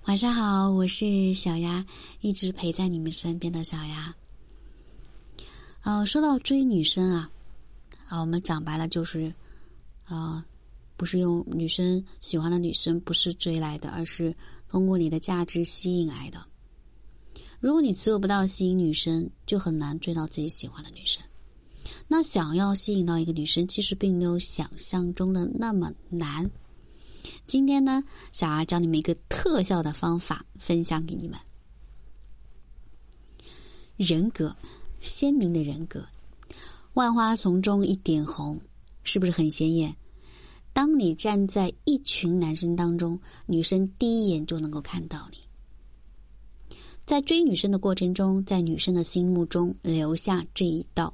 晚上好，我是小丫，一直陪在你们身边的小丫。说到追女生啊，我们讲白了就是不是用女生喜欢的女生不是追来的，而是通过你的价值吸引来的。如果你做不到吸引女生，就很难追到自己喜欢的女生。那想要吸引到一个女生，其实并没有想象中的那么难。今天呢，小丫教你们一个特效的方法，分享给你们。人格，鲜明的人格，万花丛中一点红，是不是很鲜艳？当你站在一群男生当中，女生第一眼就能够看到你。在追女生的过程中，在女生的心目中留下这一道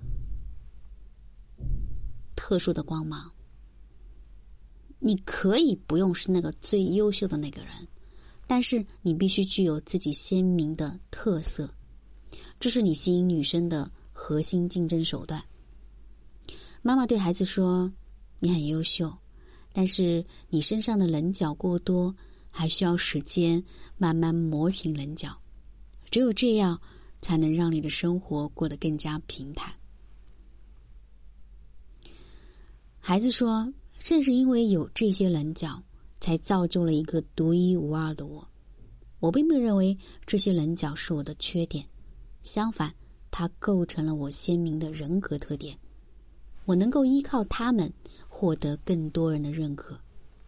特殊的光芒。你可以不用是那个最优秀的那个人，但是你必须具有自己鲜明的特色，这是你吸引女生的核心竞争手段。妈妈对孩子说，你很优秀，但是你身上的棱角过多，还需要时间慢慢磨平棱角，只有这样才能让你的生活过得更加平坦。孩子说，正是因为有这些棱角，才造就了一个独一无二的我。我并不认为这些棱角是我的缺点，相反，它构成了我鲜明的人格特点。我能够依靠它们获得更多人的认可。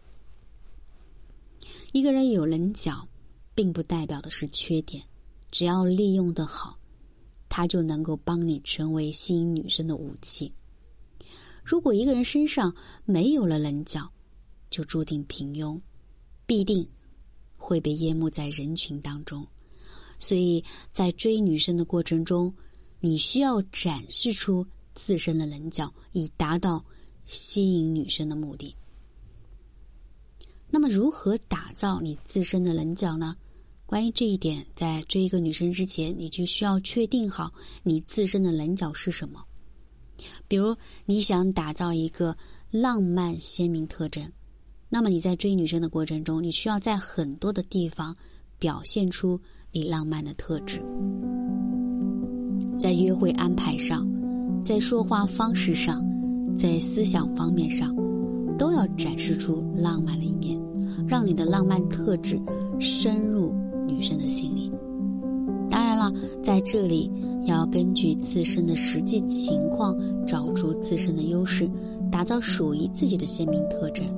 一个人有棱角，并不代表的是缺点，只要利用得好，它就能够帮你成为吸引女生的武器。如果一个人身上没有了棱角，就注定平庸，必定会被淹没在人群当中。所以在追女生的过程中，你需要展示出自身的棱角，以达到吸引女生的目的。那么如何打造你自身的棱角呢？关于这一点，在追一个女生之前，你就需要确定好你自身的棱角是什么。比如你想打造一个浪漫鲜明特征，那么你在追女生的过程中，你需要在很多的地方表现出你浪漫的特质。在约会安排上，在说话方式上，在思想方面上，都要展示出浪漫的一面，让你的浪漫特质深入女生的心里。当然了，在这里要根据自身的实际情况找出自身的优势，打造属于自己的鲜明特征。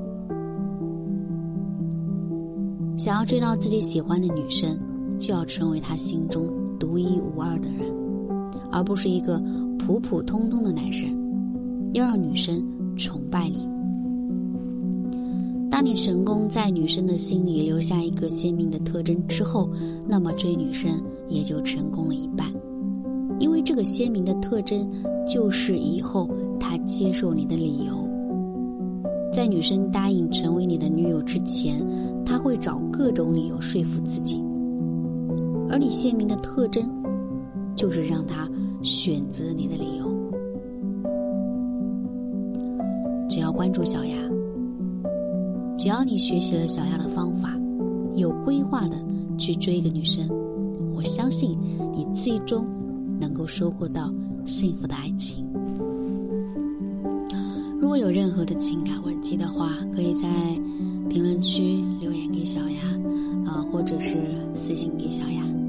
想要追到自己喜欢的女生，就要成为她心中独一无二的人，而不是一个普普通通的男生，要让女生崇拜你。当你成功在女生的心里留下一个鲜明的特征之后，那么追女生也就成功了一半。因为这个鲜明的特征就是以后她接受你的理由。在女生答应成为你的女友之前，她会找各种理由说服自己，而你鲜明的特征就是让她选择你的理由。只要关注小丫，只要你学习了小丫的方法，有规划的去追一个女生，我相信你最终能够收获到幸福的爱情。如果有任何的情感问题的话，可以在评论区留言给小丫，或者是私信给小丫。